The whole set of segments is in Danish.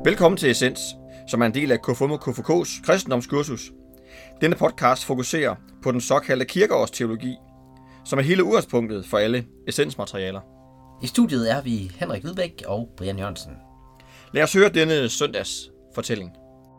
Velkommen til Essens, som er en del af KFUM og KFK's kristendomskursus. Denne podcast fokuserer på den såkaldte kirkeårsteologi, som er hele udgangspunktet for alle essensmaterialer. I studiet er vi Henrik Hvidbæk og Brian Jørgensen. Lad os høre denne søndags fortælling.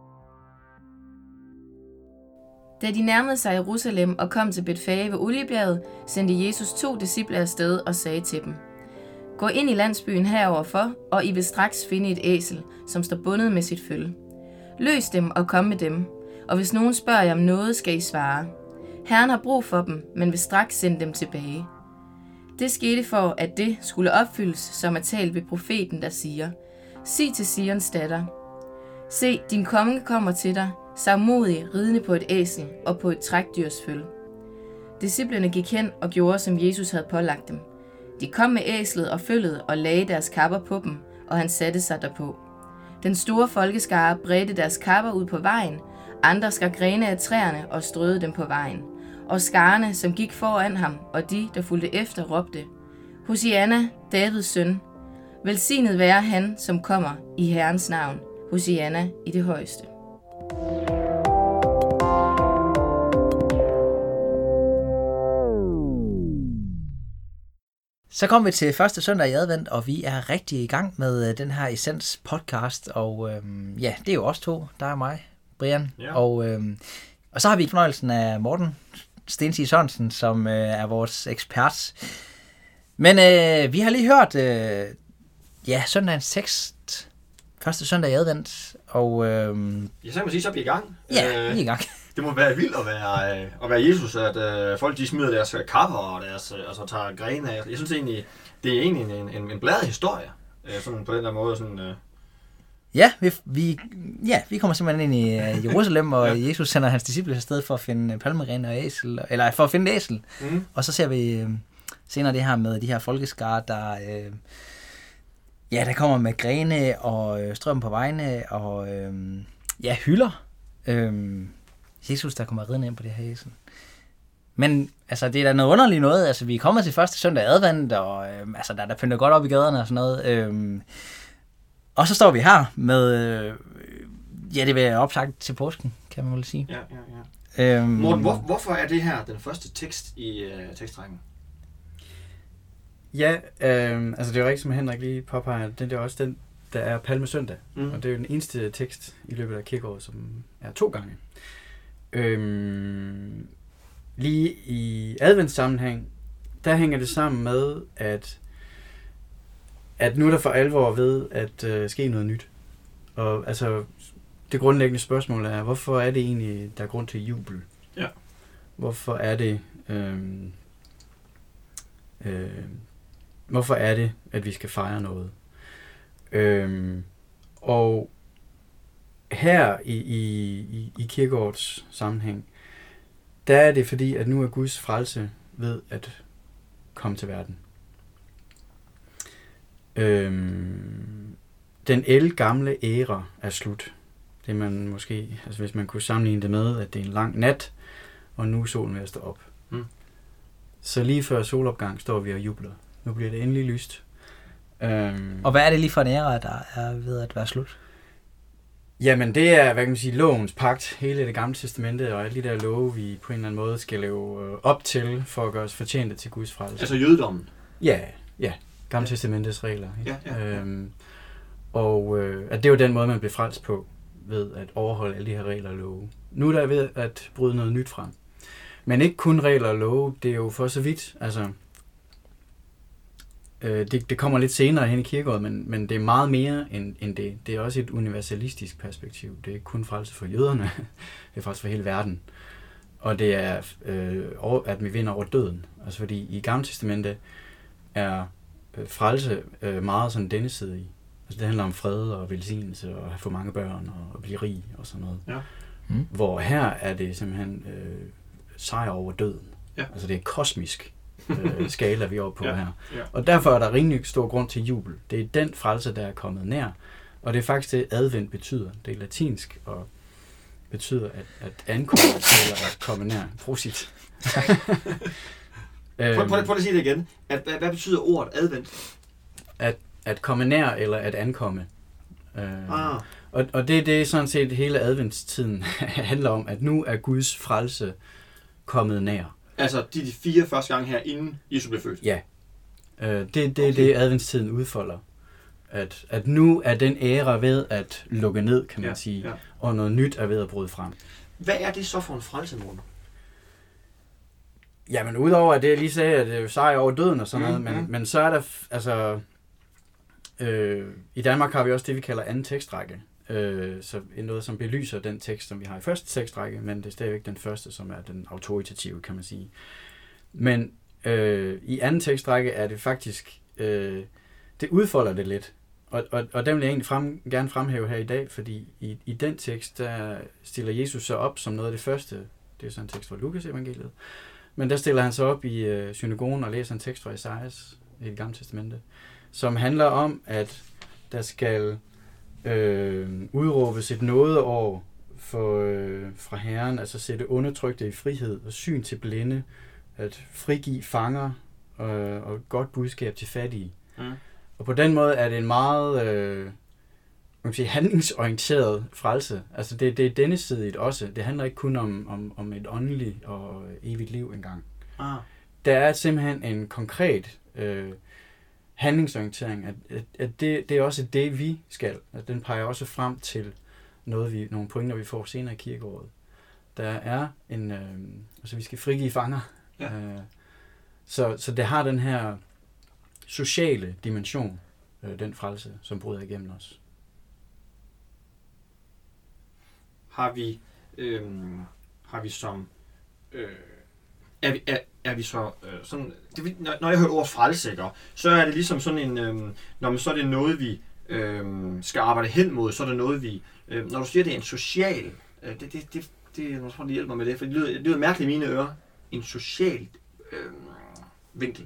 Da de nærmede sig Jerusalem og kom til Betfage ved Oliebjerget, sendte Jesus 2 disciple afsted og sagde til dem: Gå ind i landsbyen heroverfor, og I vil straks finde et æsel, som står bundet med sit følge. Løs dem og kom med dem, og hvis nogen spørger jer om noget, skal I svare. Herren har brug for dem, men vil straks sende dem tilbage. Det skete for, at det skulle opfyldes, som er talt ved profeten, der siger: Sig til Sions datter: Se, din konge kommer til dig, savmodig, ridende på et æsel og på et trækdyrs følge. Disciplene gik hen og gjorde, som Jesus havde pålagt dem. De kom med æslet og følget og lagde deres kapper på dem, og han satte sig derpå. Den store folkeskare bredte deres kapper ud på vejen, andre skar grene af træerne og strøede dem på vejen. Og skarne, som gik foran ham, og de, der fulgte efter, råbte: Hosianna, Davids søn. Velsignet være han, som kommer i Herrens navn. Hosianna i det højeste. Så kom vi til første søndag i advent, og vi er rigtig i gang med den her Essens podcast. Og det er jo os to, der er mig, Brian. Ja. Og så har vi fornøjelsen af Morten Stensig Sørensen, som er vores ekspert. Men vi har lige hørt søndagens tekst, første søndag i advent. Og, så kan man sige, så er vi i gang. Ja, vi er i gang. Det må være vildt at være Jesus, at folk de smider deres kapper og så tager grene af. Jeg synes egentlig, det er egentlig en bladet historie, sådan på den der måde. Sådan, Ja, vi kommer simpelthen ind i Jerusalem, og Jesus sender hans disciple afsted for at finde palmegrene og æsel, eller for at finde æsel. Mm. Og så ser vi senere det her med de her folkeskare, der kommer med grene og strøm på vejene og hylder. Jesus, der kommer ridende ind på det her æsel. Men altså, det er da noget underligt noget. Altså, vi er kommet til første søndag advent, og der er pyntet godt op i gaderne og sådan noget. Og så står vi her med, det vil jeg opsagt til påsken, kan man vel sige. Ja. Morten, hvorfor er det her den første tekst i tekstrækken? Ja, det er jo rigtigt, som Henrik lige påpeger, det er også den, der er palmesøndag. Mm. Og det er jo den eneste tekst i løbet af kirkeåret, som er 2 gange. Lige i adventssammenhæng, der hænger det sammen med, at nu er der for alvor ved at ske noget nyt. Og altså, det grundlæggende spørgsmål er, hvorfor er det egentlig, der er grund til jubel? Ja. Hvorfor er det, at vi skal fejre noget? Og her i kirkeårets sammenhæng, der er det fordi, at nu er Guds frelse ved at komme til verden. Den ældgamle æra er slut. Det man måske, hvis man kunne sammenligne det med, at det er en lang nat, og nu er solen ved at stå op. Mm. Så lige før solopgang står vi og jubler. Nu bliver det endelig lyst. Og hvad er det lige for en æra, der er ved at være slut? Jamen det er, hvad kan man sige, lovens pagt, hele det gamle testamente og alle de der love, vi på en eller anden måde skal leve op til, for at gøre os fortjente til Guds frelse. Altså jødedommen? Ja, gamle testamentets regler. Ikke? Ja. At det er jo den måde, man bliver frelst på, ved at overholde alle de her regler og love. Nu er der ved at bryde noget nyt frem. Men ikke kun regler og love, det er jo for så vidt, altså det kommer lidt senere hen i kirkeåret, men det er meget mere end det. Det er også et universalistisk perspektiv. Det er ikke kun frelse for jøderne, det er frelse for hele verden. Og det er, at vi vinder over døden. Altså fordi i Gamle Testamente er frelse meget sådan denne side i. Altså det handler om fred og velsignelse og at få mange børn og blive rig og sådan noget. Ja. Mm. Hvor her er det simpelthen sejr over døden. Ja. Altså det er kosmisk skala, vi er oppe på her. Ja. Og derfor er der rimelig stor grund til jubel. Det er den frelse, der er kommet nær. Og det er faktisk det, advent betyder. Det er latinsk og betyder at ankomme eller at komme nær. Prosit. Prøv at sige det igen. Hvad betyder ordet advent? At komme nær eller at ankomme. Og det er sådan set hele adventstiden handler om, at nu er Guds frelse kommet nær. Altså de 4 første gange her, inden Jesus blev født? Ja. Det adventstiden udfolder. At nu er den æra ved at lukke ned, kan man sige, og noget nyt er ved at bryde frem. Hvad er det så for en frelse, Morten? Jamen, udover at det, jeg lige sagde, at det er sejr over døden og sådan noget, men så er der, altså, i Danmark har vi også det, vi kalder anden tekstrække. Så noget, som belyser den tekst, som vi har i første tekstrække, men det er stadigvæk den første, som er den autoritative, kan man sige. Men i anden tekstrække er det faktisk, det udfolder det lidt. Og den vil jeg egentlig gerne fremhæve her i dag, fordi i den tekst, der stiller Jesus sig op som noget af det første. Det er sådan en tekst fra Lukas evangeliet. Men der stiller han sig op i synagogen og læser en tekst fra Esajas i Det Gamle Testamente, som handler om, at der skal udråbes et nådeår fra Herren, altså sætte undertrykte i frihed og syn til blinde, at frigive fanger og et godt budskab til fattige. Og på den måde er det en meget handlingsorienteret frelse. Altså det er dennesidigt også. Det handler ikke kun om et åndeligt og evigt liv engang. Der er simpelthen en konkret handlingsorientering, at det er også det, vi skal. At den peger også frem til nogle pointer, vi får senere i kirkeåret. Der er vi skal frigive fanger. Ja. Så det har den her sociale dimension, den frelse, som bryder igennem os. Har vi som er vi så sådan det, når jeg hører ordet frelse, så er det ligesom sådan en så er det noget vi skal arbejde hen mod, så er det noget vi når du siger det er en social det jeg tror det hjælper mig med det, for det lyder mærkeligt i mine ører, en social vinkel.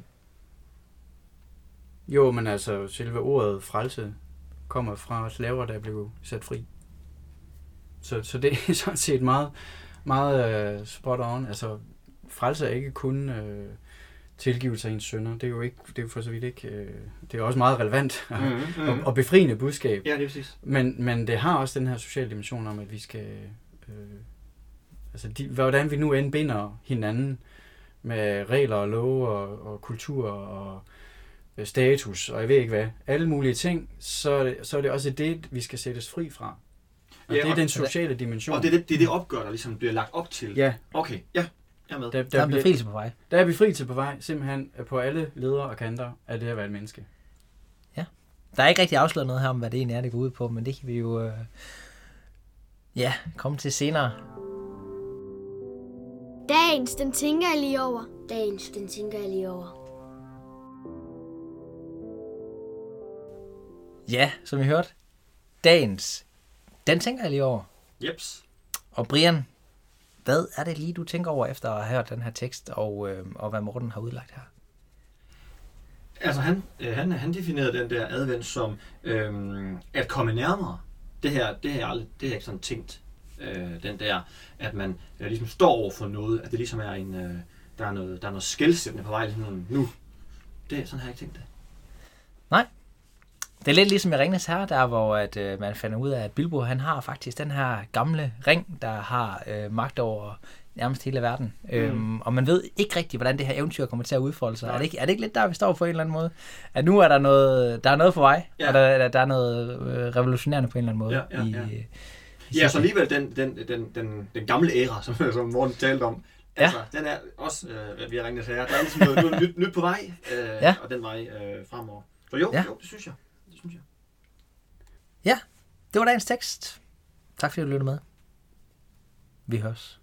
Jo, men altså selve ordet frelse kommer fra slaver, der blev sat fri. Så det er sådan set meget, meget spot on. Altså frelse er ikke kun tilgivelse af ens synder. Det er jo for så vidt ikke. Det er også meget relevant og befriende budskab. Ja, det er præcis. Men det har også den her sociale dimension om, at vi skal hvordan vi nu end binder hinanden med regler og love og kultur og status, og jeg ved ikke hvad, alle mulige ting, så er det også det, vi skal sættes fri fra. Og det er den sociale dimension. Og det er det opgør, der ligesom bliver lagt op til. Ja. Okay, ja, jeg er med. Der er befrielse på vej. Der er befrielse på vej, simpelthen på alle ledere og kanter af det at være et menneske. Ja. Der er ikke rigtig afsløret noget her om, hvad det egentlig er, det går ud på, men det kan vi jo komme til senere. Dagens, den tænker jeg lige over. Dagens, den tænker jeg lige over. Ja, som I hørte. Dagens, den tænker jeg lige over. Jeps. Og Brian, hvad er det lige, du tænker over efter at have hørt den her tekst, og hvad Morten har udlagt her? Altså han definerede den der advent som at komme nærmere. Det her er ikke sådan tænkt. Den der, at man ligesom står over for noget, at det ligesom er der er noget skelsættende på vej ligesom nu. Det er sådan har jeg ikke tænkt det. Nej. Det er lidt ligesom i Ringenes Herre, der hvor at man finder ud af, at Bilbo han har faktisk den her gamle ring, der har magt over nærmest hele verden. Og man ved ikke rigtigt, hvordan det her eventyr kommer til at udfolde sig. Er det ikke lidt der, vi står på en eller anden måde? At nu er der noget for vej, og der er noget revolutionerende på en eller anden måde. Ja, så alligevel den gamle æra, som Morten talte om, altså, den er også ved at Ringenes Herre. Der er ligesom noget nyt på vej, og den vej fremover. Så jo, det synes jeg. Ja, det var dagens tekst. Tak fordi du lyttede med. Vi høres.